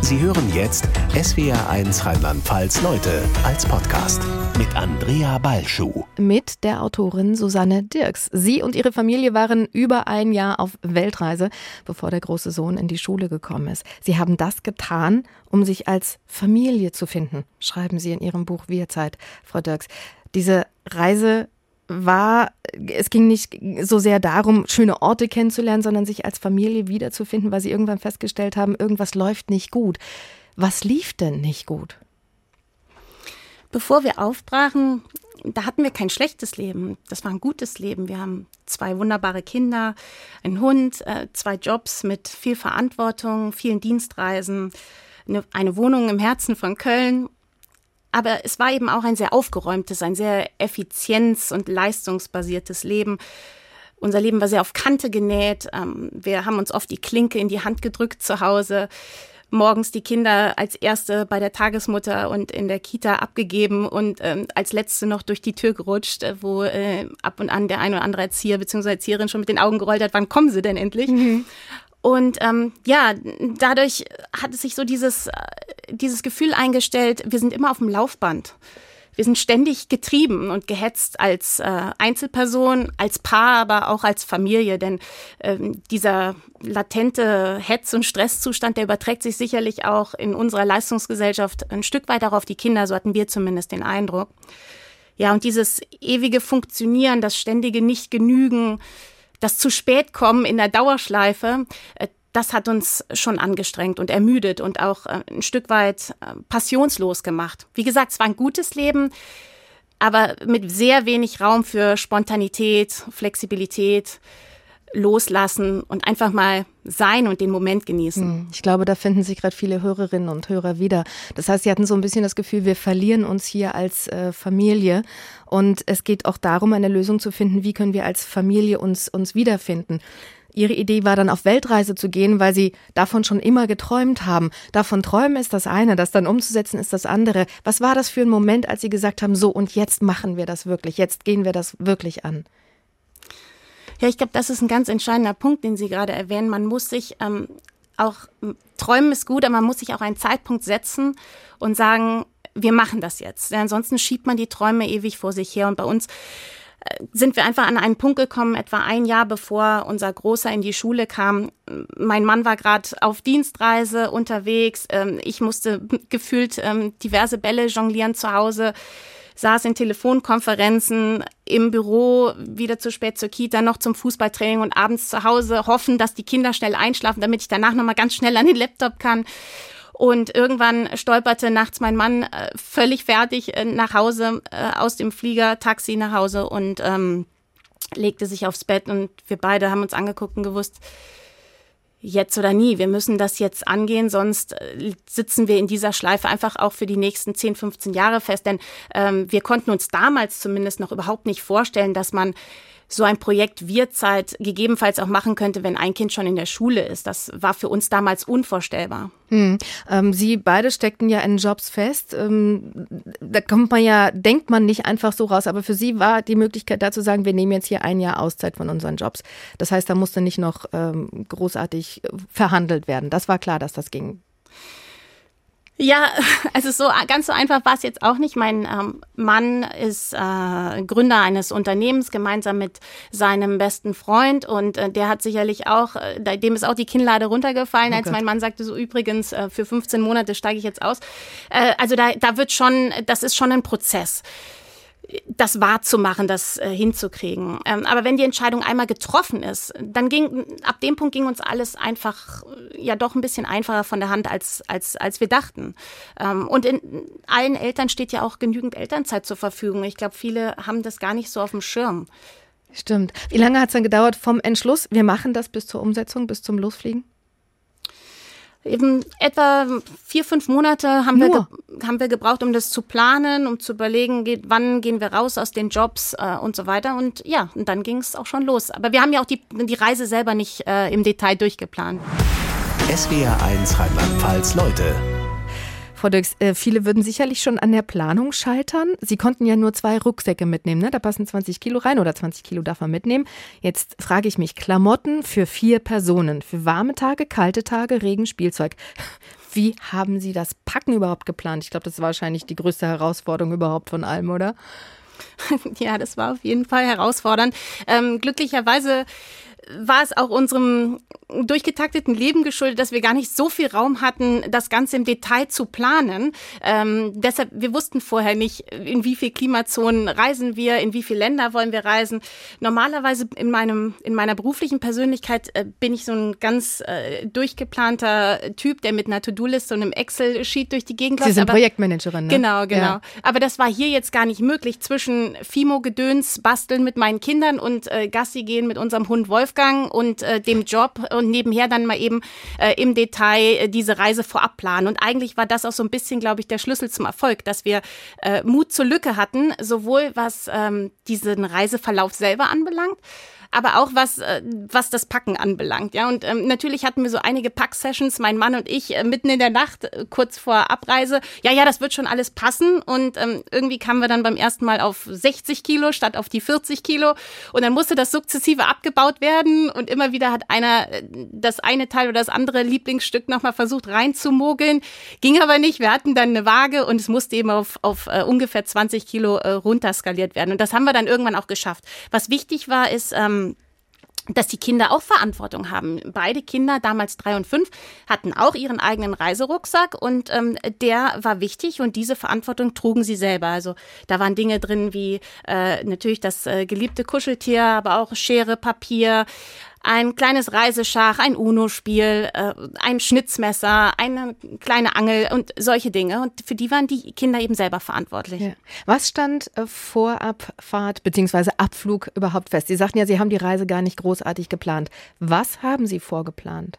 Sie hören jetzt SWR1 Rheinland-Pfalz Leute als Podcast mit Andrea Balschuh. Mit der Autorin Susanne Dirks. Sie und ihre Familie waren über ein Jahr auf Weltreise, bevor der große Sohn in die Schule gekommen ist. Sie haben das getan, um sich als Familie zu finden, schreiben Sie in Ihrem Buch Wir-Zeit, Frau Dirks. Diese Reise es ging nicht so sehr darum, schöne Orte kennenzulernen, sondern sich als Familie wiederzufinden, weil Sie irgendwann festgestellt haben, irgendwas läuft nicht gut. Was lief denn nicht gut? Bevor wir aufbrachen, da hatten wir kein schlechtes Leben. Das war ein gutes Leben. Wir haben 2 wunderbare Kinder, einen Hund, 2 Jobs mit viel Verantwortung, vielen Dienstreisen, eine Wohnung im Herzen von Köln. Aber es war eben auch ein sehr aufgeräumtes, ein sehr effizienz- und leistungsbasiertes Leben. Unser Leben war sehr auf Kante genäht. Wir haben uns oft die Klinke in die Hand gedrückt zu Hause. Morgens die Kinder als Erste bei der Tagesmutter und in der Kita abgegeben und als Letzte noch durch die Tür gerutscht, wo ab und an der ein oder andere Erzieher bzw. Erzieherin schon mit den Augen gerollt hat, wann kommen sie denn endlich? Mhm. Und dadurch hat es sich so dieses Gefühl eingestellt, wir sind immer auf dem Laufband. Wir sind ständig getrieben und gehetzt als Einzelperson, als Paar, aber auch als Familie. Denn dieser latente Hetz- und Stresszustand, der überträgt sich sicherlich auch in unserer Leistungsgesellschaft ein Stück weit auch auf die Kinder. So hatten wir zumindest den Eindruck. Ja, und dieses ewige Funktionieren, das ständige Nicht-Genügen, das zu spät kommen in der Dauerschleife, das hat uns schon angestrengt und ermüdet und auch ein Stück weit passionslos gemacht. Wie gesagt, es war ein gutes Leben, aber mit sehr wenig Raum für Spontanität, Flexibilität, loslassen und einfach mal sein und den Moment genießen. Ich glaube, da finden sich gerade viele Hörerinnen und Hörer wieder. Das heißt, Sie hatten so ein bisschen das Gefühl, wir verlieren uns hier als Familie. Und es geht auch darum, eine Lösung zu finden, wie können wir als Familie uns wiederfinden. Ihre Idee war dann auf Weltreise zu gehen, weil Sie davon schon immer geträumt haben. Davon träumen ist das eine, das dann umzusetzen ist das andere. Was war das für ein Moment, als Sie gesagt haben, so und jetzt machen wir das wirklich, jetzt gehen wir das wirklich an? Ja, ich glaube, das ist ein ganz entscheidender Punkt, den Sie gerade erwähnen. Man muss sich auch, träumen ist gut, aber man muss sich auch einen Zeitpunkt setzen und sagen, wir machen das jetzt. Ja, ansonsten schiebt man die Träume ewig vor sich her. Und bei uns sind wir einfach an einen Punkt gekommen, etwa ein Jahr bevor unser Großer in die Schule kam. Mein Mann war gerade auf Dienstreise unterwegs. Ich musste gefühlt diverse Bälle jonglieren zu Hause. Saß in Telefonkonferenzen, im Büro, wieder zu spät zur Kita, noch zum Fußballtraining und abends zu Hause, hoffen, dass die Kinder schnell einschlafen, damit ich danach nochmal ganz schnell an den Laptop kann. Und irgendwann stolperte nachts mein Mann völlig fertig nach Hause, aus dem Flieger, Taxi nach Hause und legte sich aufs Bett. Und wir beide haben uns angeguckt und gewusst, jetzt oder nie, wir müssen das jetzt angehen, sonst sitzen wir in dieser Schleife einfach auch für die nächsten 10, 15 Jahre fest. Denn wir konnten uns damals zumindest noch überhaupt nicht vorstellen, dass man so ein Projekt Wir-Zeit gegebenenfalls auch machen könnte, wenn ein Kind schon in der Schule ist. Das war für uns damals unvorstellbar. Sie beide steckten ja in Jobs fest. Da denkt man nicht einfach so raus. Aber für Sie war die Möglichkeit da zu sagen, wir nehmen jetzt hier ein Jahr Auszeit von unseren Jobs. Das heißt, da musste nicht noch großartig verhandelt werden. Das war klar, dass das ging. Ja, also ganz so einfach war es jetzt auch nicht. Mein Mann ist Gründer eines Unternehmens gemeinsam mit seinem besten Freund und der hat sicherlich auch, dem ist auch die Kinnlade runtergefallen, als mein Mann sagte, so übrigens, für 15 Monate steige ich jetzt aus. Also da wird schon, das ist schon ein Prozess, das wahrzumachen, das hinzukriegen. Aber wenn die Entscheidung einmal getroffen ist, dann ab dem Punkt ging uns alles einfach ja doch ein bisschen einfacher von der Hand, als wir dachten. Und in allen Eltern steht ja auch genügend Elternzeit zur Verfügung. Ich glaube, viele haben das gar nicht so auf dem Schirm. Stimmt. Wie lange hat es dann gedauert vom Entschluss, wir machen das bis zur Umsetzung, bis zum Losfliegen? Eben etwa 4, 5 Monate haben wir gebraucht, um das zu planen, um zu überlegen, wann gehen wir raus aus den Jobs und so weiter. Und ja, und dann ging es auch schon los. Aber wir haben ja auch die Reise selber nicht im Detail durchgeplant. SWR1 Rheinland-Pfalz Leute. Frau Dirks, viele würden sicherlich schon an der Planung scheitern. Sie konnten ja nur 2 Rucksäcke mitnehmen, ne? Da passen 20 Kilo rein oder 20 Kilo darf man mitnehmen. Jetzt frage ich mich, Klamotten für 4 Personen, für warme Tage, kalte Tage, Regen, Spielzeug. Wie haben Sie das Packen überhaupt geplant? Ich glaube, das ist wahrscheinlich die größte Herausforderung überhaupt von allem, oder? Ja, das war auf jeden Fall herausfordernd. Glücklicherweise war es auch unserem durchgetakteten Leben geschuldet, dass wir gar nicht so viel Raum hatten, das Ganze im Detail zu planen. Deshalb, wir wussten vorher nicht, in wie viel Klimazonen reisen wir, in wie viele Länder wollen wir reisen. Normalerweise in meiner beruflichen Persönlichkeit bin ich so ein ganz durchgeplanter Typ, der mit einer To-Do-Liste und einem Excel-Sheet durch die Gegend läuft. Sie sind Projektmanagerin, ne? Genau. Ja. Aber das war hier jetzt gar nicht möglich. Zwischen Fimo-Gedöns, Basteln mit meinen Kindern und Gassi gehen mit unserem Hund Wolfgang und dem Job und nebenher dann mal eben im Detail diese Reise vorab planen. Und eigentlich war das auch so ein bisschen, glaube ich, der Schlüssel zum Erfolg, dass wir Mut zur Lücke hatten, sowohl was diesen Reiseverlauf selber anbelangt, aber auch was das Packen anbelangt. Ja, und natürlich hatten wir so einige Pack-Sessions, mein Mann und ich, mitten in der Nacht, kurz vor Abreise. Ja, das wird schon alles passen. Und irgendwie kamen wir dann beim ersten Mal auf 60 Kilo statt auf die 40 Kilo. Und dann musste das sukzessive abgebaut werden. Und immer wieder hat einer das eine Teil oder das andere Lieblingsstück nochmal versucht reinzumogeln. Ging aber nicht. Wir hatten dann eine Waage und es musste eben auf ungefähr 20 Kilo runterskaliert werden. Und das haben wir dann irgendwann auch geschafft. Was wichtig war, ist, dass die Kinder auch Verantwortung haben. Beide Kinder, damals 3 und 5, hatten auch ihren eigenen Reiserucksack und der war wichtig und diese Verantwortung trugen sie selber. Also da waren Dinge drin wie natürlich das geliebte Kuscheltier, aber auch Schere, Papier, ein kleines Reiseschach, ein Uno-Spiel, ein Schnitzmesser, eine kleine Angel und solche Dinge. Und für die waren die Kinder eben selber verantwortlich. Ja. Was stand vor Abfahrt bzw. Abflug überhaupt fest? Sie sagten ja, Sie haben die Reise gar nicht großartig geplant. Was haben Sie vorgeplant?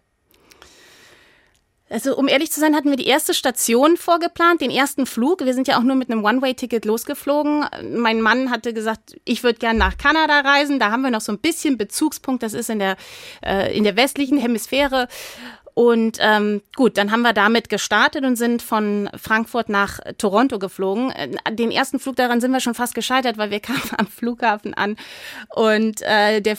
Also um ehrlich zu sein, hatten wir die erste Station vorgeplant, den ersten Flug. Wir sind ja auch nur mit einem One-Way-Ticket losgeflogen. Mein Mann hatte gesagt, ich würde gerne nach Kanada reisen. Da haben wir noch so ein bisschen Bezugspunkt. Das ist in der westlichen Hemisphäre. Und gut, dann haben wir damit gestartet und sind von Frankfurt nach Toronto geflogen. Den ersten Flug daran sind wir schon fast gescheitert, weil wir kamen am Flughafen an und der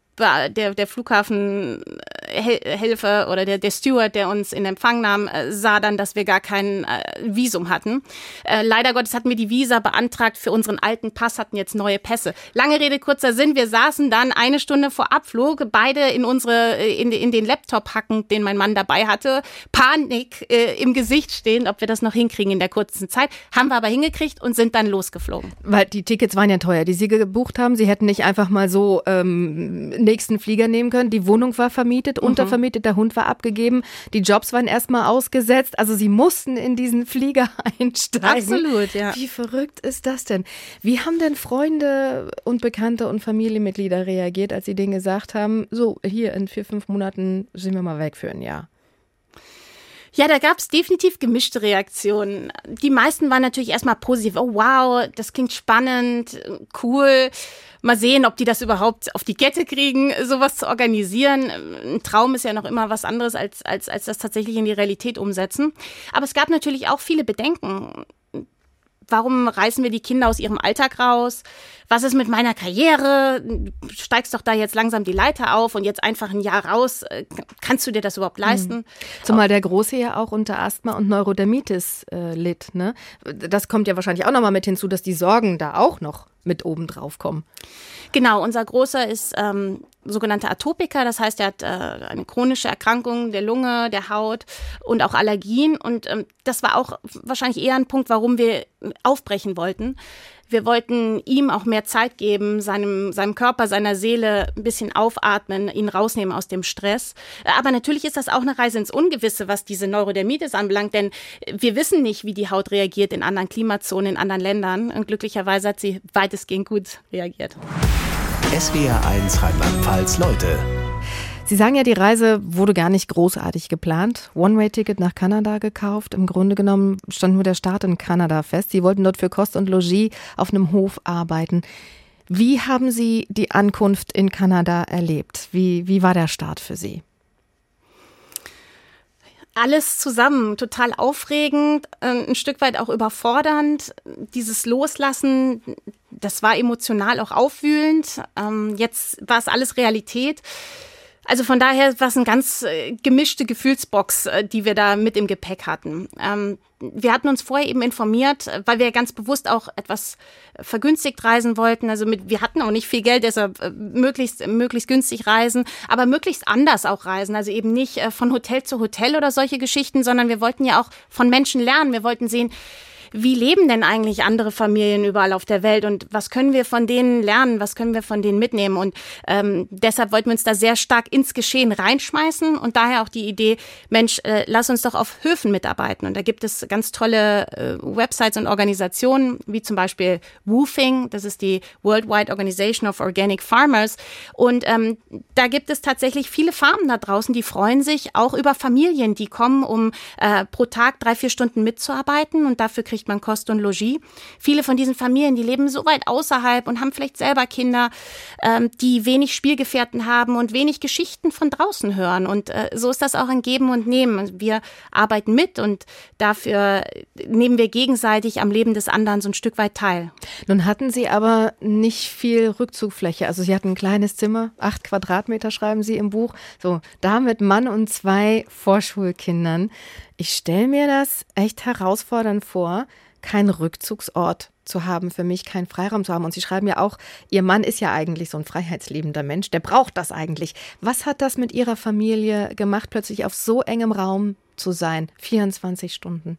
Flughafenhelfer oder der Steward, der uns in Empfang nahm, sah dann, dass wir gar kein Visum hatten. Leider Gottes hatten wir die Visa beantragt für unseren alten Pass, hatten jetzt neue Pässe. Lange Rede, kurzer Sinn, wir saßen dann eine Stunde vor Abflug, beide in den Laptop hackend, den mein Mann dabei hatte, Panik im Gesicht stehen, ob wir das noch hinkriegen in der kurzen Zeit. Haben wir aber hingekriegt und sind dann losgeflogen. Weil die Tickets waren ja teuer, die Sie gebucht haben. Sie hätten nicht einfach mal so nächsten Flieger nehmen können. Die Wohnung war vermietet, untervermietet, der Hund war abgegeben, die Jobs waren erstmal ausgesetzt. Also Sie mussten in diesen Flieger einsteigen. Absolut, ja. Wie verrückt ist das denn? Wie haben denn Freunde und Bekannte und Familienmitglieder reagiert, als Sie denen gesagt haben, so hier in 4-5 Monaten sind wir mal weg für ein Jahr? Ja, da gab es definitiv gemischte Reaktionen. Die meisten waren natürlich erstmal positiv. Oh wow, das klingt spannend, cool. Mal sehen, ob die das überhaupt auf die Kette kriegen, sowas zu organisieren. Ein Traum ist ja noch immer was anderes, als das tatsächlich in die Realität umsetzen. Aber es gab natürlich auch viele Bedenken. Warum reißen wir die Kinder aus ihrem Alltag raus? Was ist mit meiner Karriere? Steigst doch da jetzt langsam die Leiter auf und jetzt einfach ein Jahr raus. Kannst du dir das überhaupt leisten? Zumal der Große ja auch unter Asthma und Neurodermitis litt, ne? Das kommt ja wahrscheinlich auch nochmal mit hinzu, dass die Sorgen da auch noch mit oben drauf kommen. Genau, unser Großer ist sogenannter Atopiker, das heißt, er hat eine chronische Erkrankung der Lunge, der Haut und auch Allergien. Und das war auch wahrscheinlich eher ein Punkt, warum wir aufbrechen wollten. Wir wollten ihm auch mehr Zeit geben, seinem Körper, seiner Seele ein bisschen aufatmen, ihn rausnehmen aus dem Stress. Aber natürlich ist das auch eine Reise ins Ungewisse, was diese Neurodermitis anbelangt, denn wir wissen nicht, wie die Haut reagiert in anderen Klimazonen, in anderen Ländern. Und glücklicherweise hat sie weitestgehend gut reagiert. SWR 1 Rheinland-Pfalz Leute. Sie sagen ja, die Reise wurde gar nicht großartig geplant. One-Way-Ticket nach Kanada gekauft. Im Grunde genommen stand nur der Start in Kanada fest. Sie wollten dort für Kost und Logis auf einem Hof arbeiten. Wie haben Sie die Ankunft in Kanada erlebt? Wie war der Start für Sie? Alles zusammen, total aufregend, ein Stück weit auch überfordernd. Dieses Loslassen, das war emotional auch aufwühlend. Jetzt war es alles Realität. Also von daher war es eine ganz gemischte Gefühlsbox, die wir da mit im Gepäck hatten. Wir hatten uns vorher eben informiert, weil wir ganz bewusst auch etwas vergünstigt reisen wollten. Also wir hatten auch nicht viel Geld, deshalb möglichst günstig reisen, aber möglichst anders auch reisen. Also eben nicht von Hotel zu Hotel oder solche Geschichten, sondern wir wollten ja auch von Menschen lernen. Wir wollten sehen, wie leben denn eigentlich andere Familien überall auf der Welt und was können wir von denen lernen, was können wir von denen mitnehmen und deshalb wollten wir uns da sehr stark ins Geschehen reinschmeißen und daher auch die Idee, Mensch, lass uns doch auf Höfen mitarbeiten und da gibt es ganz tolle Websites und Organisationen, wie zum Beispiel WWOOFing, das ist die Worldwide Organization of Organic Farmers und da gibt es tatsächlich viele Farmen da draußen, die freuen sich auch über Familien, die kommen, um pro Tag 3-4 Stunden mitzuarbeiten und dafür kriegt man Kost und Logis. Viele von diesen Familien, die leben so weit außerhalb und haben vielleicht selber Kinder, die wenig Spielgefährten haben und wenig Geschichten von draußen hören. Und so ist das auch ein Geben und Nehmen. Wir arbeiten mit und dafür nehmen wir gegenseitig am Leben des anderen so ein Stück weit teil. Nun hatten Sie aber nicht viel Rückzugfläche. Also Sie hatten ein kleines Zimmer, 8 Quadratmeter schreiben Sie im Buch. So, da mit Mann und 2 Vorschulkindern. Ich stelle mir das echt herausfordernd vor, keinen Rückzugsort zu haben, für mich keinen Freiraum zu haben. Und Sie schreiben ja auch, Ihr Mann ist ja eigentlich so ein freiheitsliebender Mensch, der braucht das eigentlich. Was hat das mit Ihrer Familie gemacht, plötzlich auf so engem Raum zu sein, 24 Stunden?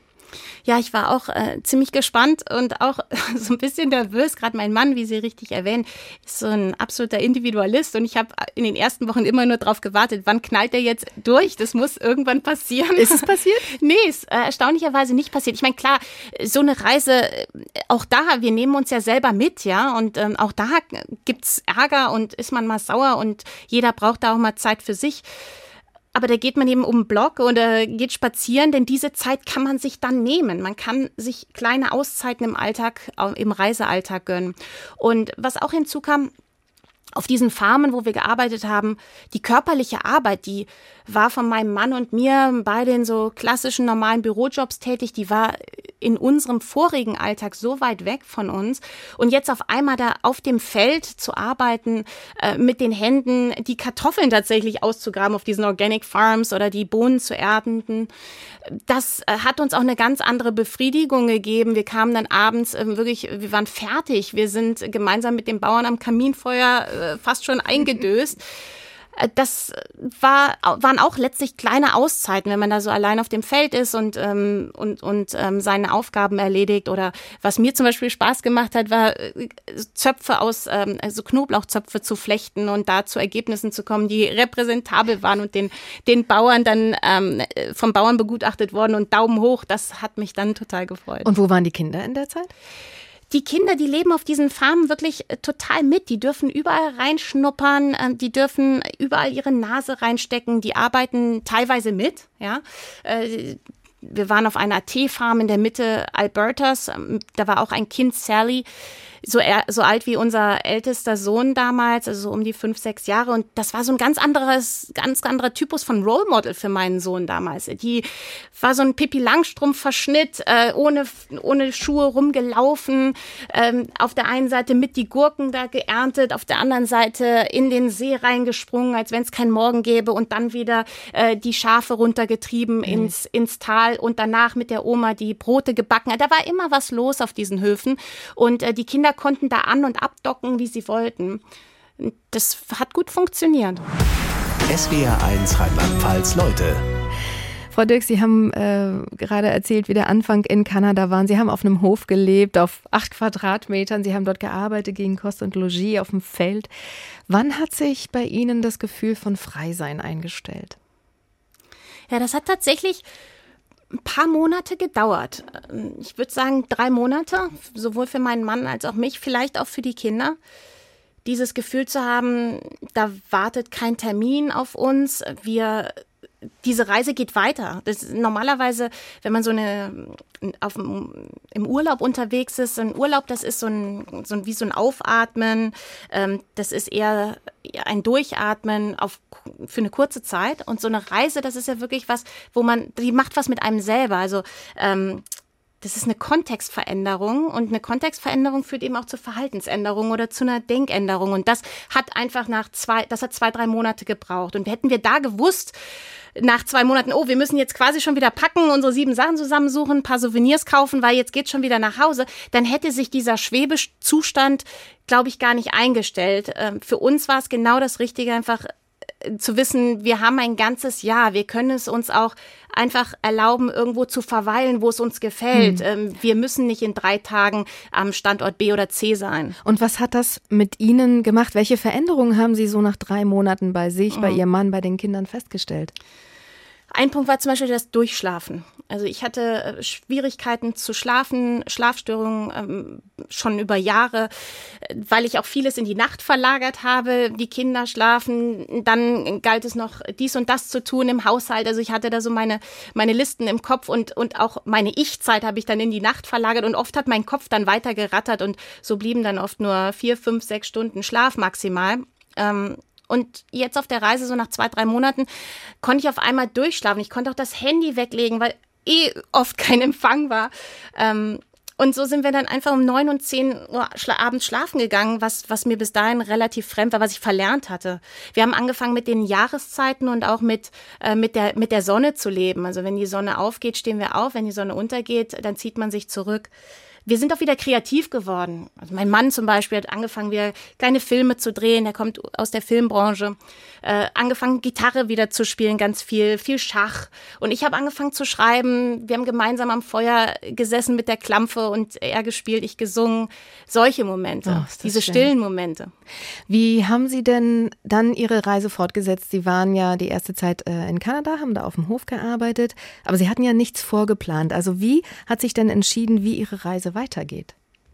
Ja, ich war auch ziemlich gespannt und auch so ein bisschen nervös. Gerade mein Mann, wie Sie richtig erwähnen, ist so ein absoluter Individualist und ich habe in den ersten Wochen immer nur darauf gewartet, wann knallt er jetzt durch? Das muss irgendwann passieren. Ist es passiert? Nee, ist erstaunlicherweise nicht passiert. Ich meine, klar, so eine Reise, auch da, wir nehmen uns ja selber mit, ja, und auch da gibt's Ärger und ist man mal sauer und jeder braucht da auch mal Zeit für sich. Aber da geht man eben um den Block oder geht spazieren, denn diese Zeit kann man sich dann nehmen. Man kann sich kleine Auszeiten im Alltag, im Reisealltag gönnen. Und was auch hinzukam, auf diesen Farmen, wo wir gearbeitet haben, die körperliche Arbeit, die war von meinem Mann und mir beide in so klassischen normalen Bürojobs tätig, die war in unserem vorigen Alltag so weit weg von uns. Und jetzt auf einmal da auf dem Feld zu arbeiten, mit den Händen die Kartoffeln tatsächlich auszugraben auf diesen Organic Farms oder die Bohnen zu ernten, das hat uns auch eine ganz andere Befriedigung gegeben. Wir kamen dann abends wir waren fertig. Wir sind gemeinsam mit den Bauern am Kaminfeuer fast schon eingedöst. Das waren auch letztlich kleine Auszeiten, wenn man da so allein auf dem Feld ist und seine Aufgaben erledigt. Oder was mir zum Beispiel Spaß gemacht hat, war Zöpfe also Knoblauchzöpfe zu flechten und da zu Ergebnissen zu kommen, die repräsentabel waren und den Bauern dann vom Bauern begutachtet worden und Daumen hoch. Das hat mich dann total gefreut. Und wo waren die Kinder in der Zeit? Die Kinder, die leben auf diesen Farmen wirklich total mit. Die dürfen überall reinschnuppern, die dürfen überall ihre Nase reinstecken, die arbeiten teilweise mit, ja. Wir waren auf einer Teefarm in der Mitte Albertas, da war auch ein Kind, Sally, so alt wie unser ältester Sohn damals, also so um die 5, 6 Jahre. Und das war so ein ganz anderer Typus von Role Model für meinen Sohn damals. Die war so ein Pippi-Langstrumpf-Verschnitt, ohne Schuhe rumgelaufen, auf der einen Seite mit die Gurken da geerntet, auf der anderen Seite in den See reingesprungen, als wenn es keinen Morgen gäbe und dann wieder die Schafe runtergetrieben ins Tal und danach mit der Oma die Brote gebacken. Da war immer was los auf diesen Höfen und die Kinder konnten da an- und abdocken, wie sie wollten. Das hat gut funktioniert. SWR1 Rheinland-Pfalz Leute. Frau Dirks, Sie haben gerade erzählt, wie der Anfang in Kanada war. Sie haben auf einem Hof gelebt, auf 8 Quadratmetern. Sie haben dort gearbeitet gegen Kost und Logis auf dem Feld. Wann hat sich bei Ihnen das Gefühl von Freisein eingestellt? Ja, das hat tatsächlich ein paar Monate gedauert. Ich würde sagen 3 Monate, sowohl für meinen Mann als auch mich, vielleicht auch für die Kinder. Dieses Gefühl zu haben, da wartet kein Termin auf uns, diese Reise geht weiter. Das ist normalerweise, wenn man im Urlaub unterwegs ist, ein Urlaub, das ist wie so ein Aufatmen, das ist eher ein Durchatmen für eine kurze Zeit. Und so eine Reise, das ist ja wirklich was, die macht was mit einem selber. Also das ist eine Kontextveränderung und eine Kontextveränderung führt eben auch zur Verhaltensänderung oder zu einer Denkänderung und das hat einfach das hat 2-3 Monate gebraucht und hätten wir da gewusst, nach 2 Monaten, wir müssen jetzt quasi schon wieder packen, unsere 7 Sachen zusammensuchen, ein paar Souvenirs kaufen, weil jetzt geht's schon wieder nach Hause, dann hätte sich dieser Schwebezustand, glaube ich, gar nicht eingestellt. Für uns war es genau das Richtige, einfach zu wissen, wir haben ein ganzes Jahr, wir können es uns auch einfach erlauben, irgendwo zu verweilen, wo es uns gefällt. Wir müssen nicht in 3 Tagen am Standort B oder C sein. Und was hat das mit Ihnen gemacht? Welche Veränderungen haben Sie so nach 3 Monaten bei sich, bei Ihrem Mann, bei den Kindern festgestellt? Ein Punkt war zum Beispiel das Durchschlafen. Also ich hatte Schwierigkeiten zu schlafen, Schlafstörungen schon über Jahre, weil ich auch vieles in die Nacht verlagert habe. Die Kinder schlafen, dann galt es noch dies und das zu tun im Haushalt. Also ich hatte da so meine Listen im Kopf und auch meine Ich-Zeit habe ich dann in die Nacht verlagert und oft hat mein Kopf dann weiter gerattert und so blieben dann oft nur 4, 5, 6 Stunden Schlaf maximal. Und jetzt auf der Reise, so nach 2-3 Monaten, konnte ich auf einmal durchschlafen. Ich konnte auch das Handy weglegen, weil oft kein Empfang war. Und so sind wir dann einfach um 9 und 10 Uhr abends schlafen gegangen, was mir bis dahin relativ fremd war, was ich verlernt hatte. Wir haben angefangen mit den Jahreszeiten und auch mit der Sonne zu leben. Also wenn die Sonne aufgeht, stehen wir auf. Wenn die Sonne untergeht, dann zieht man sich zurück. Wir sind auch wieder kreativ geworden. Also mein Mann zum Beispiel hat angefangen, wieder kleine Filme zu drehen. Er kommt aus der Filmbranche. Angefangen, Gitarre wieder zu spielen, ganz viel Schach. Und ich habe angefangen zu schreiben. Wir haben gemeinsam am Feuer gesessen mit der Klampfe und er gespielt, ich gesungen. Solche Momente, diese schön. Stillen Momente. Wie haben Sie denn dann Ihre Reise fortgesetzt? Sie waren ja die erste Zeit in Kanada, haben da auf dem Hof gearbeitet, aber Sie hatten ja nichts vorgeplant. Also wie hat sich denn entschieden, wie Ihre Reise weitergeht?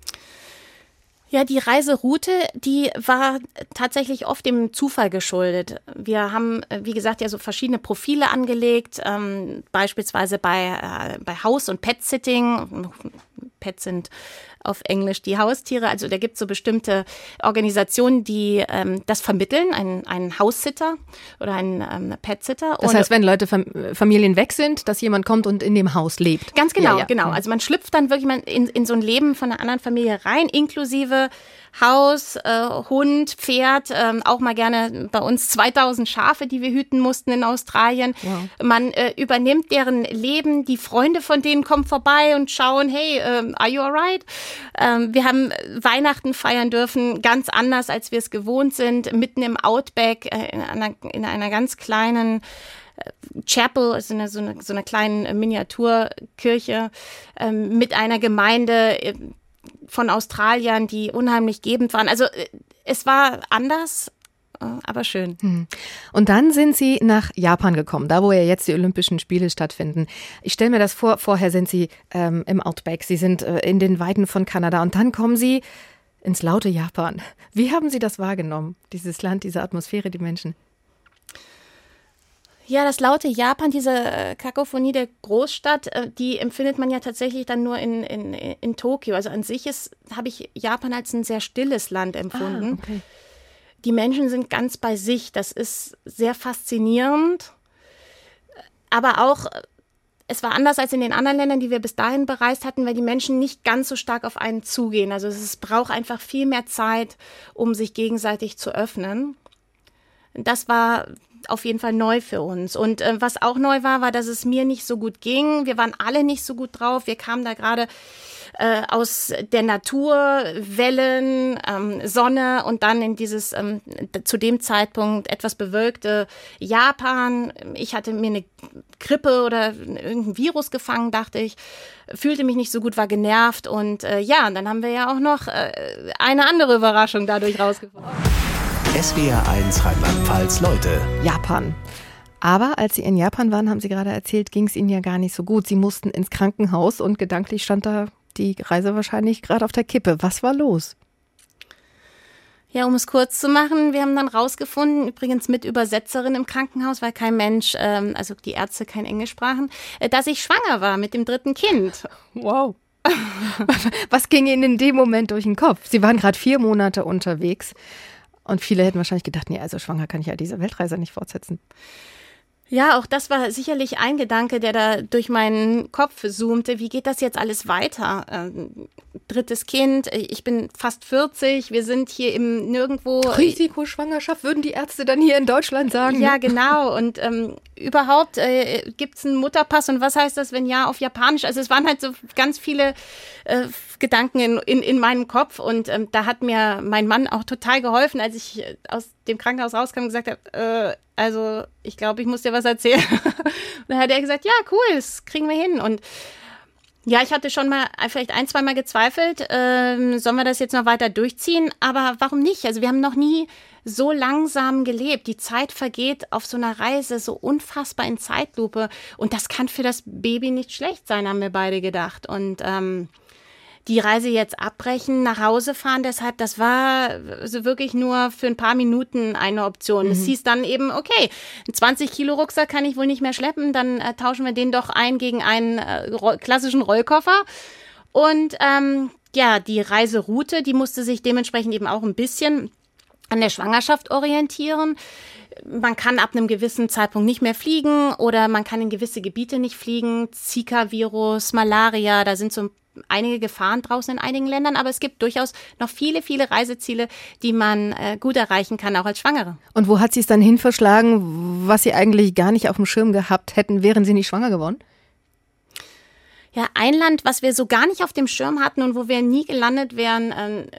Ja, die Reiseroute, die war tatsächlich oft dem Zufall geschuldet. Wir haben, wie gesagt, ja so verschiedene Profile angelegt, beispielsweise bei Haus- und Pet-Sitting. Pets sind auf Englisch die Haustiere. Also da gibt es so bestimmte Organisationen, die das vermitteln, einen Haussitter oder einen Pet-Sitter. Das heißt, wenn Leute, Familien weg sind, dass jemand kommt und in dem Haus lebt. Ganz genau, genau. Also man schlüpft dann wirklich mal in so ein Leben von einer anderen Familie rein, inklusive Haus, Hund, Pferd, auch mal gerne bei uns 2000 Schafe, die wir hüten mussten in Australien. Wow. Man übernimmt deren Leben, die Freunde von denen kommen vorbei und schauen, hey, are you alright? Wir haben Weihnachten feiern dürfen, ganz anders, als wir es gewohnt sind, mitten im Outback, in einer ganz kleinen Chapel, also so eine kleine Miniaturkirche, mit einer Gemeinde von Australiern, die unheimlich gebend waren. Also es war anders, aber schön. Und dann sind Sie nach Japan gekommen, da wo ja jetzt die Olympischen Spiele stattfinden. Ich stelle mir das vor, vorher sind Sie im Outback, Sie sind in den Weiden von Kanada und dann kommen Sie ins laute Japan. Wie haben Sie das wahrgenommen, dieses Land, diese Atmosphäre, die Menschen? Ja, das laute Japan, diese Kakophonie der Großstadt, die empfindet man ja tatsächlich dann nur in Tokio. Also an sich habe ich Japan als ein sehr stilles Land empfunden. Okay. Die Menschen sind ganz bei sich. Das ist sehr faszinierend. Aber auch, es war anders als in den anderen Ländern, die wir bis dahin bereist hatten, weil die Menschen nicht ganz so stark auf einen zugehen. Also es braucht einfach viel mehr Zeit, um sich gegenseitig zu öffnen. Das war auf jeden Fall neu für uns. Und was auch neu war, dass es mir nicht so gut ging. Wir waren alle nicht so gut drauf. Wir kamen da gerade aus der Natur, Wellen, Sonne und dann in dieses zu dem Zeitpunkt etwas bewölkte Japan. Ich hatte mir eine Grippe oder irgendein Virus gefangen, dachte ich. Fühlte mich nicht so gut, war genervt. Und und dann haben wir ja auch noch eine andere Überraschung dadurch rausgefunden. SWR1 Rheinland-Pfalz Leute. Japan. Aber als Sie in Japan waren, haben Sie gerade erzählt, ging es Ihnen ja gar nicht so gut. Sie mussten ins Krankenhaus und gedanklich stand da die Reise wahrscheinlich gerade auf der Kippe. Was war los? Ja, um es kurz zu machen, wir haben dann rausgefunden, übrigens mit Übersetzerin im Krankenhaus, weil kein Mensch, also die Ärzte kein Englisch sprachen, dass ich schwanger war mit dem 3. Kind. Wow. Was ging Ihnen in dem Moment durch den Kopf? Sie waren gerade 4 Monate unterwegs. Und viele hätten wahrscheinlich gedacht, nee, also schwanger kann ich ja diese Weltreise nicht fortsetzen. Ja, auch das war sicherlich ein Gedanke, der da durch meinen Kopf zoomte. Wie geht das jetzt alles weiter? Drittes Kind, ich bin fast 40, wir sind hier im Nirgendwo. Risikoschwangerschaft, würden die Ärzte dann hier in Deutschland sagen. Ja, genau. Und überhaupt gibt es einen Mutterpass und was heißt das, wenn ja, auf Japanisch? Also es waren halt so ganz viele Gedanken in meinem Kopf und da hat mir mein Mann auch total geholfen, als ich aus dem Krankenhaus rauskam und gesagt habe, also ich glaube, ich muss dir was erzählen. Und dann hat er gesagt, ja, cool, das kriegen wir hin. Und ja, ich hatte schon mal vielleicht 1-2 Mal gezweifelt, sollen wir das jetzt noch weiter durchziehen? Aber warum nicht? Also wir haben noch nie so langsam gelebt. Die Zeit vergeht auf so einer Reise so unfassbar in Zeitlupe. Und das kann für das Baby nicht schlecht sein, haben wir beide gedacht. Und die Reise jetzt abbrechen, nach Hause fahren, deshalb, das war so wirklich nur für ein paar Minuten eine Option. Es hieß dann eben, okay, einen 20-Kilo-Rucksack kann ich wohl nicht mehr schleppen, dann tauschen wir den doch ein gegen einen klassischen Rollkoffer. Und ja, die Reiseroute, die musste sich dementsprechend eben auch ein bisschen an der Schwangerschaft orientieren. Man kann ab einem gewissen Zeitpunkt nicht mehr fliegen oder man kann in gewisse Gebiete nicht fliegen. Zika-Virus, Malaria, da sind so einige Gefahren draußen in einigen Ländern, aber es gibt durchaus noch viele, viele Reiseziele, die man gut erreichen kann, auch als Schwangere. Und wo hat sie es dann hin verschlagen, was Sie eigentlich gar nicht auf dem Schirm gehabt hätten, wären Sie nicht schwanger geworden? Ja, ein Land, was wir so gar nicht auf dem Schirm hatten und wo wir nie gelandet wären,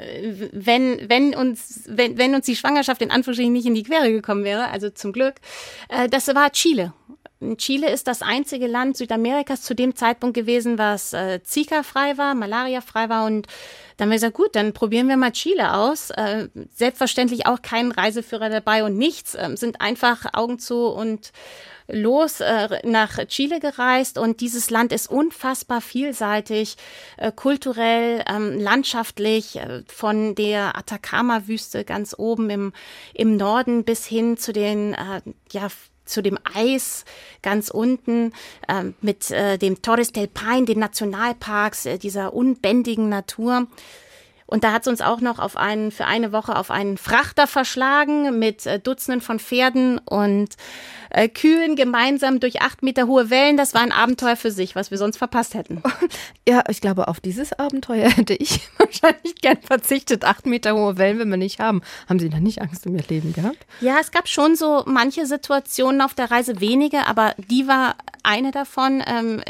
wenn uns die Schwangerschaft in Anführungsstrichen nicht in die Quere gekommen wäre, also zum Glück, das war Chile. Chile ist das einzige Land Südamerikas zu dem Zeitpunkt gewesen, was Zika-frei war, Malaria-frei war und dann haben wir gesagt, gut, dann probieren wir mal Chile aus. Selbstverständlich auch kein Reiseführer dabei und nichts, sind einfach Augen zu und los nach Chile gereist und dieses Land ist unfassbar vielseitig, kulturell, landschaftlich, von der Atacama-Wüste ganz oben im Norden bis hin zu den, zu dem Eis ganz unten, mit dem Torres del Paine, den Nationalparks, dieser unbändigen Natur. Und da hat es uns auch noch für eine Woche auf einen Frachter verschlagen mit Dutzenden von Pferden und Kühen gemeinsam durch 8 Meter hohe Wellen. Das war ein Abenteuer für sich, was wir sonst verpasst hätten. Ja, ich glaube, auf dieses Abenteuer hätte ich wahrscheinlich gern verzichtet. 8 Meter hohe Wellen will man nicht haben. Haben Sie da nicht Angst um Ihr Leben gehabt? Ja, es gab schon so manche Situationen auf der Reise, wenige, aber die war eine davon,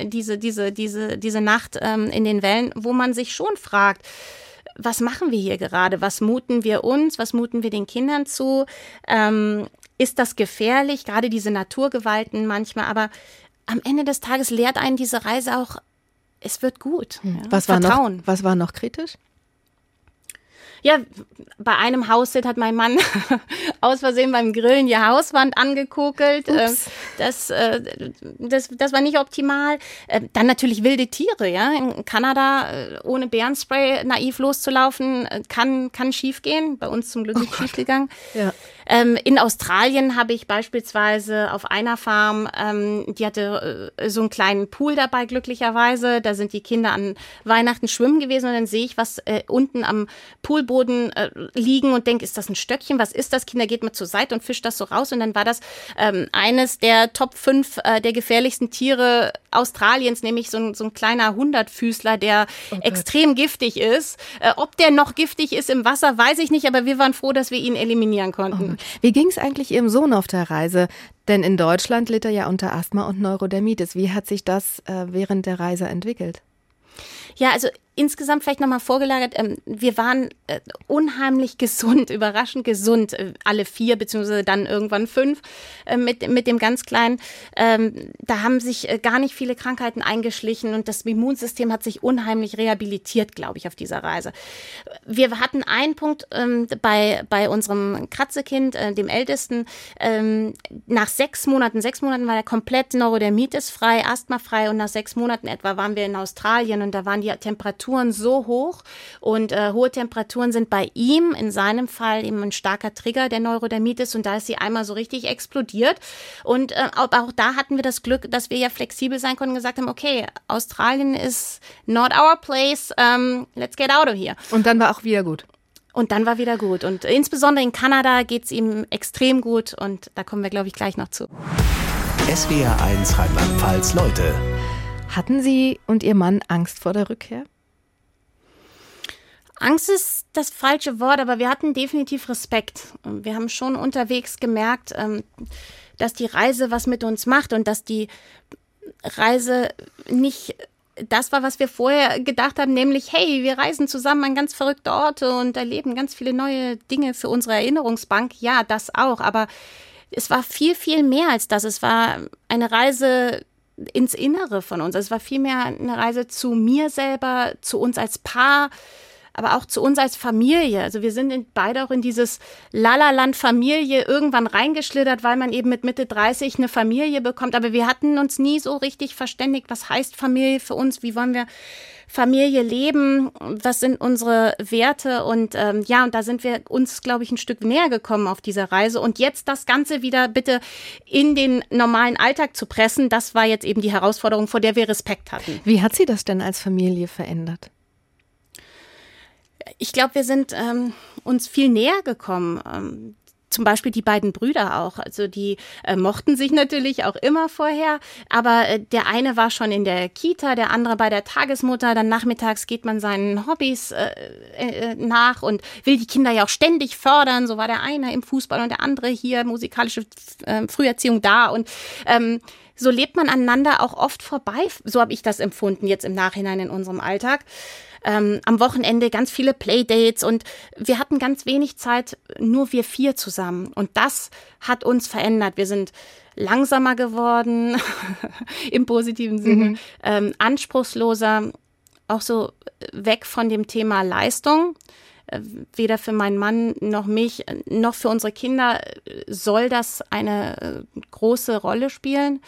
diese Nacht in den Wellen, wo man sich schon fragt, was machen wir hier gerade? Was muten wir uns? Was muten wir den Kindern zu? Ist das gefährlich? Gerade diese Naturgewalten manchmal. Aber am Ende des Tages lehrt einen diese Reise auch, es wird gut. Ja? Was war noch kritisch? Ja, bei einem Haushalt hat mein Mann aus Versehen beim Grillen die Hauswand angekokelt. Das war nicht optimal. Dann natürlich wilde Tiere. Ja, in Kanada ohne Bärenspray naiv loszulaufen kann schief gehen. Bei uns zum Glück nicht schief gegangen. Ja. In Australien habe ich beispielsweise auf einer Farm, die hatte so einen kleinen Pool dabei glücklicherweise. Da sind die Kinder an Weihnachten schwimmen gewesen und dann sehe ich was unten am Poolboden liegen und denke, ist das ein Stöckchen? Was ist das? Kinder, geht mal zur Seite und fischt das so raus. Und dann war das eines der Top 5 der gefährlichsten Tiere Australiens, nämlich so ein kleiner 100-Füßler, der extrem giftig ist. Ob der noch giftig ist im Wasser, weiß ich nicht, aber wir waren froh, dass wir ihn eliminieren konnten. Wie ging es eigentlich Ihrem Sohn auf der Reise? Denn in Deutschland litt er ja unter Asthma und Neurodermitis. Wie hat sich das während der Reise entwickelt? Ja, also insgesamt vielleicht nochmal vorgelagert, wir waren unheimlich gesund, überraschend gesund, alle 4 beziehungsweise dann irgendwann 5 mit dem ganz Kleinen. Da haben sich gar nicht viele Krankheiten eingeschlichen und das Immunsystem hat sich unheimlich rehabilitiert, glaube ich, auf dieser Reise. Wir hatten einen Punkt bei unserem Kratzekind, dem Ältesten, nach 6 Monaten war er komplett neurodermitisfrei, asthmafrei und nach 6 Monaten etwa waren wir in Australien und da waren die Temperaturen so hoch und hohe Temperaturen sind bei ihm in seinem Fall eben ein starker Trigger der Neurodermitis und da ist sie einmal so richtig explodiert und auch da hatten wir das Glück, dass wir ja flexibel sein konnten und gesagt haben, okay, Australien is not our place, let's get out of here. Und dann war auch wieder gut. Und dann war wieder gut und insbesondere in Kanada geht es ihm extrem gut und da kommen wir, glaube ich, gleich noch zu. SWR1 Rheinland-Pfalz Leute. Hatten Sie und Ihr Mann Angst vor der Rückkehr? Angst ist das falsche Wort, aber wir hatten definitiv Respekt. Wir haben schon unterwegs gemerkt, dass die Reise was mit uns macht und dass die Reise nicht das war, was wir vorher gedacht haben, nämlich, hey, wir reisen zusammen an ganz verrückte Orte und erleben ganz viele neue Dinge für unsere Erinnerungsbank. Ja, das auch, aber es war viel, viel mehr als das. Es war eine Reise ins Innere von uns. Es war vielmehr eine Reise zu mir selber, zu uns als Paar, aber auch zu uns als Familie. Also wir sind beide auch in dieses Lala-Land-Familie irgendwann reingeschlittert, weil man eben mit Mitte 30 eine Familie bekommt. Aber wir hatten uns nie so richtig verständigt, was heißt Familie für uns, wie wollen wir Familie leben, was sind unsere Werte und und da sind wir uns, glaube ich, ein Stück näher gekommen auf dieser Reise und jetzt das Ganze wieder bitte in den normalen Alltag zu pressen, das war jetzt eben die Herausforderung, vor der wir Respekt hatten. Wie hat sie das denn als Familie verändert? Ich glaube, wir sind uns viel näher gekommen. Zum Beispiel die beiden Brüder auch. Also die mochten sich natürlich auch immer vorher. Aber der eine war schon in der Kita, der andere bei der Tagesmutter. Dann nachmittags geht man seinen Hobbys nach und will die Kinder ja auch ständig fördern. So war der eine im Fußball und der andere hier musikalische Früherziehung da. Und so lebt man aneinander auch oft vorbei. So habe ich das empfunden jetzt im Nachhinein in unserem Alltag. Am Wochenende ganz viele Playdates und wir hatten ganz wenig Zeit, nur wir 4 zusammen. Und das hat uns verändert. Wir sind langsamer geworden, im positiven Sinne, anspruchsloser, auch so weg von dem Thema Leistung. Weder für meinen Mann noch mich, noch für unsere Kinder soll das eine große Rolle spielen.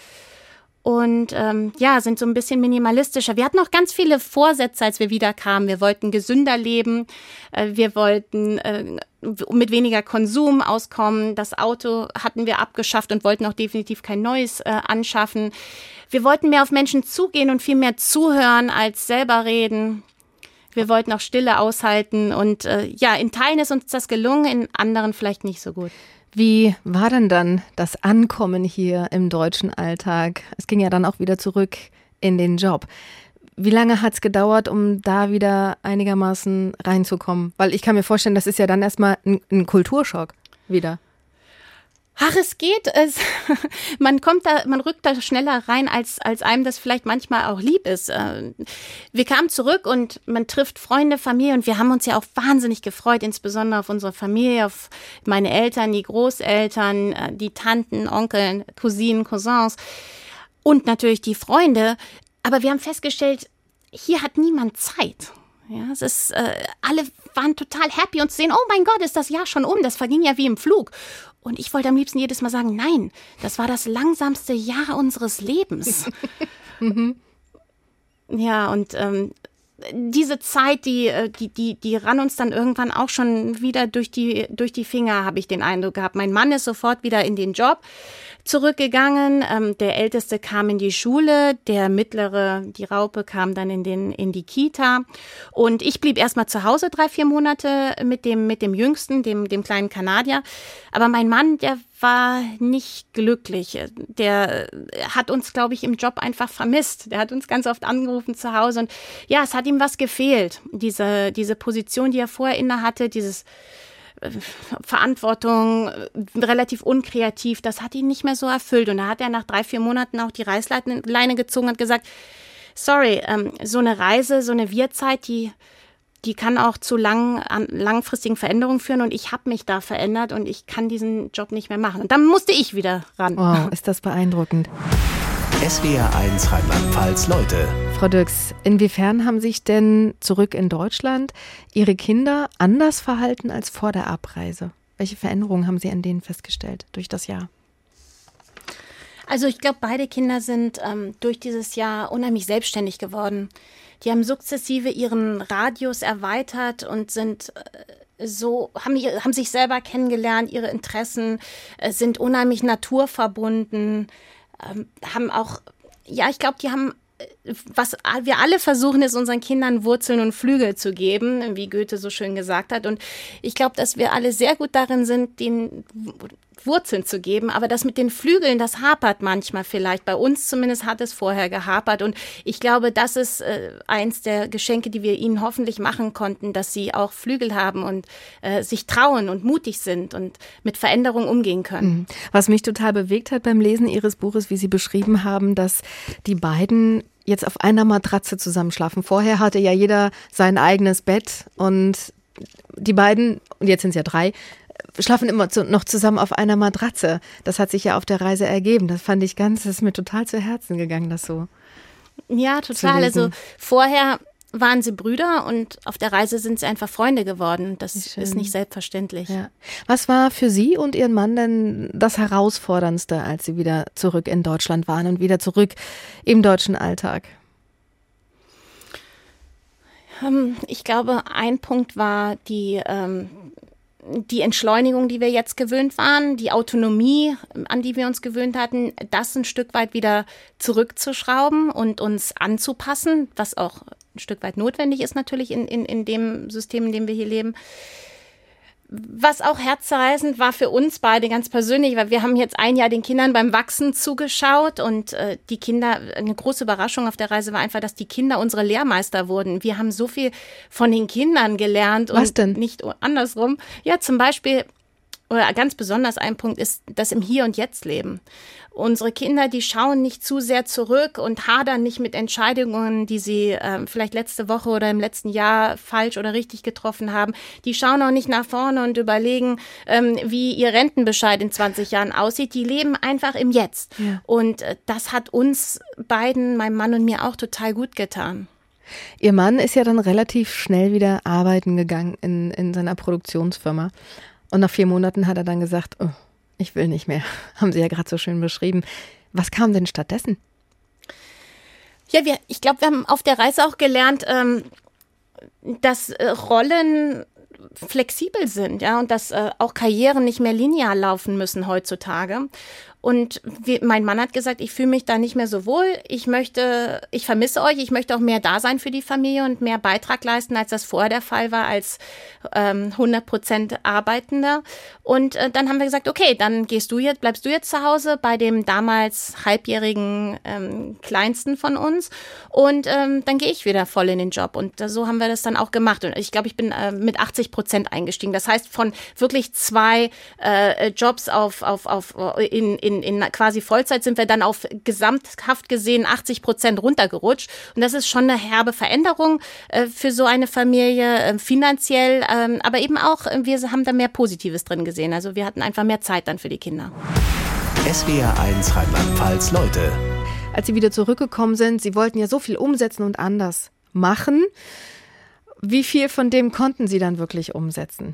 Und sind so ein bisschen minimalistischer. Wir hatten auch ganz viele Vorsätze, als wir wieder kamen. Wir wollten gesünder leben, wir wollten mit weniger Konsum auskommen. Das Auto hatten wir abgeschafft und wollten auch definitiv kein neues anschaffen. Wir wollten mehr auf Menschen zugehen und viel mehr zuhören als selber reden. Wir wollten auch Stille aushalten und in Teilen ist uns das gelungen, in anderen vielleicht nicht so gut. Wie war denn dann das Ankommen hier im deutschen Alltag? Es ging ja dann auch wieder zurück in den Job. Wie lange hat es gedauert, um da wieder einigermaßen reinzukommen? Weil ich kann mir vorstellen, das ist ja dann erstmal ein Kulturschock wieder. Ach, es geht. Man rückt da schneller rein, als einem das vielleicht manchmal auch lieb ist. Wir kamen zurück und man trifft Freunde, Familie und wir haben uns ja auch wahnsinnig gefreut, insbesondere auf unsere Familie, auf meine Eltern, die Großeltern, die Tanten, Onkel, Cousinen, Cousins und natürlich die Freunde. Aber wir haben festgestellt, hier hat niemand Zeit. Ja, es ist, alle waren total happy und zu sehen, oh mein Gott, ist das Jahr schon um, das verging ja wie im Flug. Und ich wollte am liebsten jedes Mal sagen, nein, das war das langsamste Jahr unseres Lebens. Ja, und diese Zeit, die rann uns dann irgendwann auch schon wieder durch die Finger, habe ich den Eindruck gehabt. Mein Mann ist sofort wieder in den Job zurückgegangen. Der Älteste kam in die Schule, der Mittlere, die Raupe, kam dann in die Kita. Und ich blieb erstmal zu Hause 3-4 Monate mit dem Jüngsten, dem kleinen Kanadier. Aber mein Mann, der war nicht glücklich. Der hat uns, glaube ich, im Job einfach vermisst. Der hat uns ganz oft angerufen zu Hause. Und ja, es hat ihm was gefehlt. Diese Position, die er vorher inne hatte, dieses Verantwortung, relativ unkreativ, das hat ihn nicht mehr so erfüllt. Und da hat er nach 3-4 Monaten auch die Reißleine gezogen und gesagt, sorry, so eine Reise, so eine Wir-Zeit, die kann auch zu langfristigen Veränderungen führen und ich habe mich da verändert und ich kann diesen Job nicht mehr machen. Und dann musste ich wieder ran. Wow, ist das beeindruckend. SWR1 Rheinland-Pfalz Leute. Frau Dirks, inwiefern haben sich denn zurück in Deutschland Ihre Kinder anders verhalten als vor der Abreise? Welche Veränderungen haben Sie an denen festgestellt durch das Jahr? Also ich glaube, beide Kinder sind durch dieses Jahr unheimlich selbstständig geworden. Die haben sukzessive ihren Radius erweitert und sind haben sich selber kennengelernt, ihre Interessen sind unheimlich naturverbunden, haben auch, ja, ich glaube, die haben, was wir alle versuchen, ist unseren Kindern Wurzeln und Flügel zu geben, wie Goethe so schön gesagt hat. Und ich glaube, dass wir alle sehr gut darin sind, Wurzeln zu geben. Aber das mit den Flügeln, das hapert manchmal vielleicht. Bei uns zumindest hat es vorher gehapert. Und ich glaube, das ist eins der Geschenke, die wir ihnen hoffentlich machen konnten, dass sie auch Flügel haben und sich trauen und mutig sind und mit Veränderungen umgehen können. Was mich total bewegt hat beim Lesen Ihres Buches, wie Sie beschrieben haben, dass die beiden jetzt auf einer Matratze zusammenschlafen. Vorher hatte ja jeder sein eigenes Bett und die beiden, und jetzt sind es ja 3, schlafen immer noch zusammen auf einer Matratze. Das hat sich ja auf der Reise ergeben. Das ist mir total zu Herzen gegangen, das so. Ja, total. Also vorher waren sie Brüder und auf der Reise sind sie einfach Freunde geworden. Das ist nicht selbstverständlich. Ja. Was war für Sie und Ihren Mann denn das Herausforderndste, als Sie wieder zurück in Deutschland waren und wieder zurück im deutschen Alltag? Ich glaube, ein Punkt war die Entschleunigung, die wir jetzt gewöhnt waren, die Autonomie, an die wir uns gewöhnt hatten, das ein Stück weit wieder zurückzuschrauben und uns anzupassen, was auch ein Stück weit notwendig ist natürlich in dem System, in dem wir hier leben. Was auch herzzerreißend war für uns beide ganz persönlich, weil wir haben jetzt ein Jahr den Kindern beim Wachsen zugeschaut und die Kinder, eine große Überraschung auf der Reise war einfach, dass die Kinder unsere Lehrmeister wurden. Wir haben so viel von den Kindern gelernt. Was denn? Nicht andersrum. Ja, zum Beispiel, oder ganz besonders ein Punkt ist das im Hier und Jetzt leben. Unsere Kinder, die schauen nicht zu sehr zurück und hadern nicht mit Entscheidungen, die sie vielleicht letzte Woche oder im letzten Jahr falsch oder richtig getroffen haben. Die schauen auch nicht nach vorne und überlegen, wie ihr Rentenbescheid in 20 Jahren aussieht. Die leben einfach im Jetzt. Ja. Und das hat uns beiden, meinem Mann und mir, auch total gut getan. Ihr Mann ist ja dann relativ schnell wieder arbeiten gegangen in seiner Produktionsfirma. Und nach 4 Monaten hat er dann gesagt, oh, ich will nicht mehr. Haben Sie ja gerade so schön beschrieben. Was kam denn stattdessen? Ja, ich glaube, wir haben auf der Reise auch gelernt, dass Rollen flexibel sind, ja, und dass auch Karrieren nicht mehr linear laufen müssen heutzutage. Und mein Mann hat gesagt, ich fühle mich da nicht mehr so wohl. Ich vermisse euch. Ich möchte auch mehr da sein für die Familie und mehr Beitrag leisten, als das vorher der Fall war, als 100% Arbeitender. Und dann haben wir gesagt, okay, dann bleibst du jetzt zu Hause bei dem damals halbjährigen Kleinsten von uns. Und dann gehe ich wieder voll in den Job. Und so haben wir das dann auch gemacht. Und ich glaube, ich bin mit 80% eingestiegen. Das heißt, von wirklich 2 Jobs in quasi Vollzeit sind wir dann auf gesamthaft gesehen 80% runtergerutscht. Und das ist schon eine herbe Veränderung für so eine Familie, finanziell, aber eben auch, wir haben da mehr Positives drin gesehen. Also wir hatten einfach mehr Zeit dann für die Kinder. SWR1 Rheinland-Pfalz Leute. Als Sie wieder zurückgekommen sind, Sie wollten ja so viel umsetzen und anders machen. Wie viel von dem konnten Sie dann wirklich umsetzen?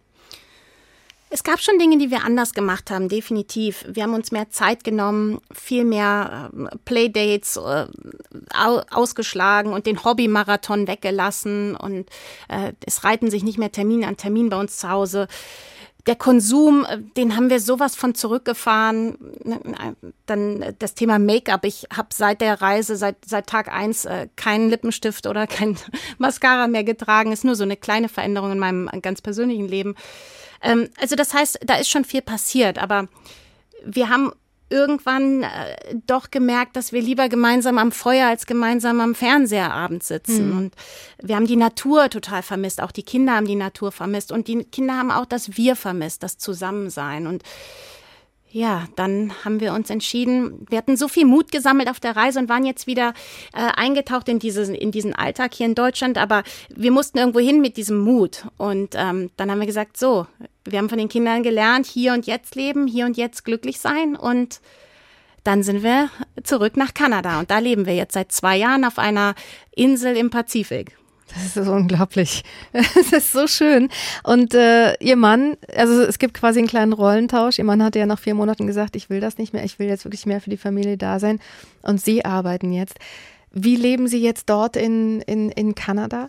Es gab schon Dinge, die wir anders gemacht haben, definitiv. Wir haben uns mehr Zeit genommen, viel mehr Playdates ausgeschlagen und den Hobbymarathon weggelassen. Und es reihten sich nicht mehr Termin an Termin bei uns zu Hause. Der Konsum, den haben wir sowas von zurückgefahren. Dann das Thema Make-up. Ich habe seit der Reise, seit Tag 1 keinen Lippenstift oder kein Mascara mehr getragen. Ist nur so eine kleine Veränderung in meinem ganz persönlichen Leben. Also das heißt, da ist schon viel passiert, aber wir haben irgendwann doch gemerkt, dass wir lieber gemeinsam am Feuer als gemeinsam am Fernseher abends sitzen. Und wir haben die Natur total vermisst, auch die Kinder haben die Natur vermisst und die Kinder haben auch das Wir vermisst, das Zusammensein. Und ja, dann haben wir uns entschieden, wir hatten so viel Mut gesammelt auf der Reise und waren jetzt wieder eingetaucht in diesen Alltag hier in Deutschland, aber wir mussten irgendwo hin mit diesem Mut. Und dann haben wir gesagt, so, wir haben von den Kindern gelernt, hier und jetzt leben, hier und jetzt glücklich sein. Und dann sind wir zurück nach Kanada und da leben wir jetzt seit 2 Jahren auf einer Insel im Pazifik. Das ist so unglaublich. Es ist so schön. Und Ihr Mann, also es gibt quasi einen kleinen Rollentausch. Ihr Mann hatte ja nach 4 Monaten gesagt, ich will das nicht mehr, ich will jetzt wirklich mehr für die Familie da sein. Und Sie arbeiten jetzt. Wie leben Sie jetzt dort in Kanada?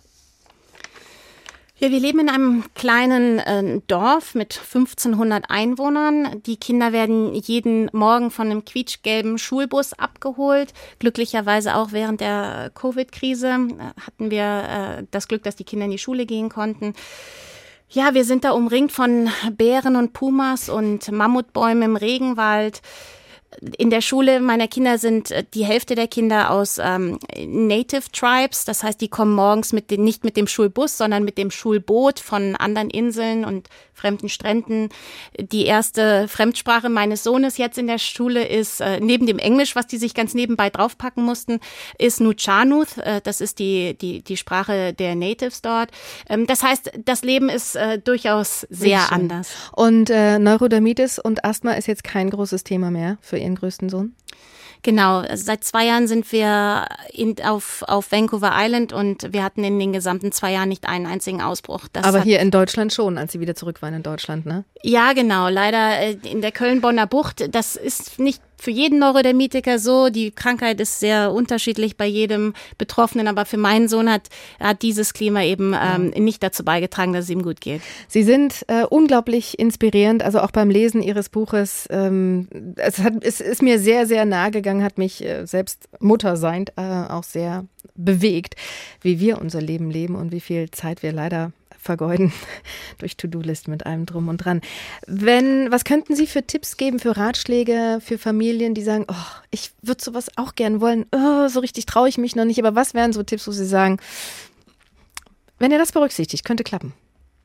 Ja, wir leben in einem kleinen Dorf mit 1500 Einwohnern. Die Kinder werden jeden Morgen von einem quietschgelben Schulbus abgeholt. Glücklicherweise auch während der Covid-Krise hatten wir das Glück, dass die Kinder in die Schule gehen konnten. Ja, wir sind da umringt von Bären und Pumas und Mammutbäumen im Regenwald. In der Schule meiner Kinder sind die Hälfte der Kinder aus Native Tribes. Das heißt, die kommen morgens nicht mit dem Schulbus, sondern mit dem Schulboot von anderen Inseln und fremden Stränden. Die erste Fremdsprache meines Sohnes jetzt in der Schule ist, neben dem Englisch, was die sich ganz nebenbei draufpacken mussten, ist Nuchanuth. Das ist die Sprache der Natives dort. Das heißt, das Leben ist durchaus sehr anders. Und Neurodermitis und Asthma ist jetzt kein großes Thema mehr für Ihren größten Sohn? Genau, also seit 2 Jahren sind wir auf Vancouver Island und wir hatten in den gesamten 2 Jahren nicht einen einzigen Ausbruch. Aber hier in Deutschland schon, als Sie wieder zurück waren in Deutschland, ne? Ja, genau. Leider in der Köln-Bonner Bucht. Das ist nicht für jeden Neurodermitiker so. Die Krankheit ist sehr unterschiedlich bei jedem Betroffenen. Aber für meinen Sohn hat dieses Klima eben nicht dazu beigetragen, dass es ihm gut geht. Sie sind unglaublich inspirierend. Also auch beim Lesen Ihres Buches. Es ist mir sehr, sehr nahe gegangen, hat mich selbst Mutterseind auch sehr bewegt, wie wir unser Leben leben und wie viel Zeit wir leider vergeuden durch To-Do-List mit allem drum und dran. Was könnten Sie für Tipps geben, für Ratschläge, für Familien, die sagen, oh, ich würde sowas auch gern wollen, so richtig traue ich mich noch nicht, aber was wären so Tipps, wo Sie sagen, wenn ihr das berücksichtigt, könnte klappen?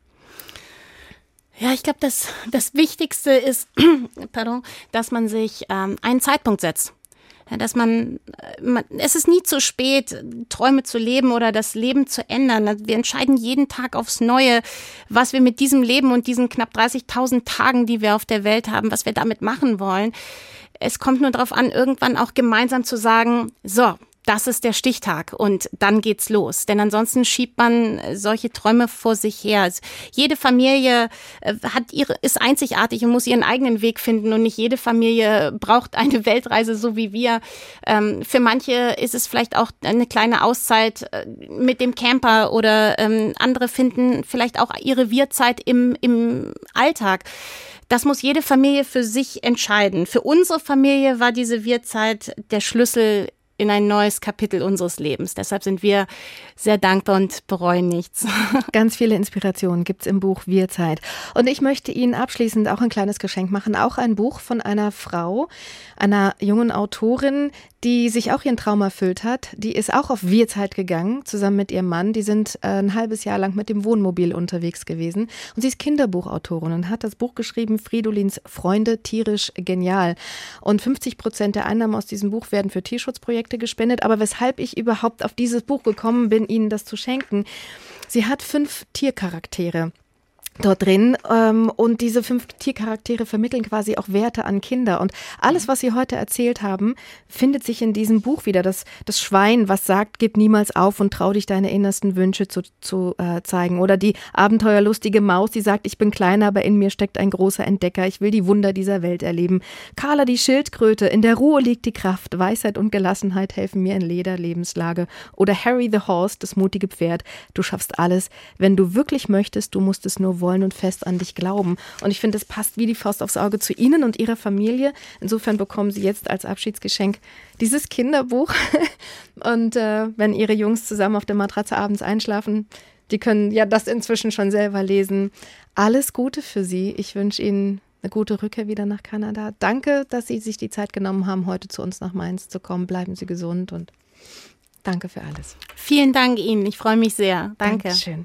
Ja, ich glaube, das Wichtigste ist, dass man sich einen Zeitpunkt setzt. Ja, dass es ist nie zu spät, Träume zu leben oder das Leben zu ändern. Wir entscheiden jeden Tag aufs Neue, was wir mit diesem Leben und diesen knapp 30.000 Tagen, die wir auf der Welt haben, was wir damit machen wollen. Es kommt nur darauf an, irgendwann auch gemeinsam zu sagen, so, das ist der Stichtag und dann geht's los. Denn ansonsten schiebt man solche Träume vor sich her. Also jede Familie ist einzigartig und muss ihren eigenen Weg finden und nicht jede Familie braucht eine Weltreise so wie wir. Für manche ist es vielleicht auch eine kleine Auszeit mit dem Camper oder andere finden vielleicht auch ihre Wir-Zeit im Alltag. Das muss jede Familie für sich entscheiden. Für unsere Familie war diese Wir-Zeit der Schlüssel in ein neues Kapitel unseres Lebens. Deshalb sind wir sehr dankbar und bereuen nichts. Ganz viele Inspirationen gibt's im Buch Wir-Zeit. Und ich möchte Ihnen abschließend auch ein kleines Geschenk machen. Auch ein Buch von einer Frau, einer jungen Autorin, die sich auch ihren Traum erfüllt hat. Die ist auch auf Wir-Zeit gegangen, zusammen mit ihrem Mann. Die sind ein halbes Jahr lang mit dem Wohnmobil unterwegs gewesen. Und sie ist Kinderbuchautorin und hat das Buch geschrieben, Fridolins Freunde, tierisch genial. Und 50% der Einnahmen aus diesem Buch werden für Tierschutzprojekte gespendet. Aber weshalb ich überhaupt auf dieses Buch gekommen bin, Ihnen das zu schenken. Sie hat 5 Tiercharaktere dort drin und diese 5 Tiercharaktere vermitteln quasi auch Werte an Kinder und alles, was Sie heute erzählt haben, findet sich in diesem Buch wieder. Das Schwein, was sagt, gib niemals auf und trau dich deine innersten Wünsche zu zeigen, oder die abenteuerlustige Maus, die sagt, ich bin klein, aber in mir steckt ein großer Entdecker, ich will die Wunder dieser Welt erleben. Carla, die Schildkröte, in der Ruhe liegt die Kraft, Weisheit und Gelassenheit helfen mir in jeder Lebenslage. Oder Harry the Horse, das mutige Pferd, du schaffst alles, wenn du wirklich möchtest, du musst es nur wollen und fest an dich glauben. Und ich finde, das passt wie die Faust aufs Auge zu Ihnen und Ihrer Familie. Insofern bekommen Sie jetzt als Abschiedsgeschenk dieses Kinderbuch. Und wenn Ihre Jungs zusammen auf der Matratze abends einschlafen, die können ja das inzwischen schon selber lesen. Alles Gute für Sie. Ich wünsche Ihnen eine gute Rückkehr wieder nach Kanada. Danke, dass Sie sich die Zeit genommen haben, heute zu uns nach Mainz zu kommen. Bleiben Sie gesund und danke für alles. Vielen Dank Ihnen. Ich freue mich sehr. Danke. Dankeschön.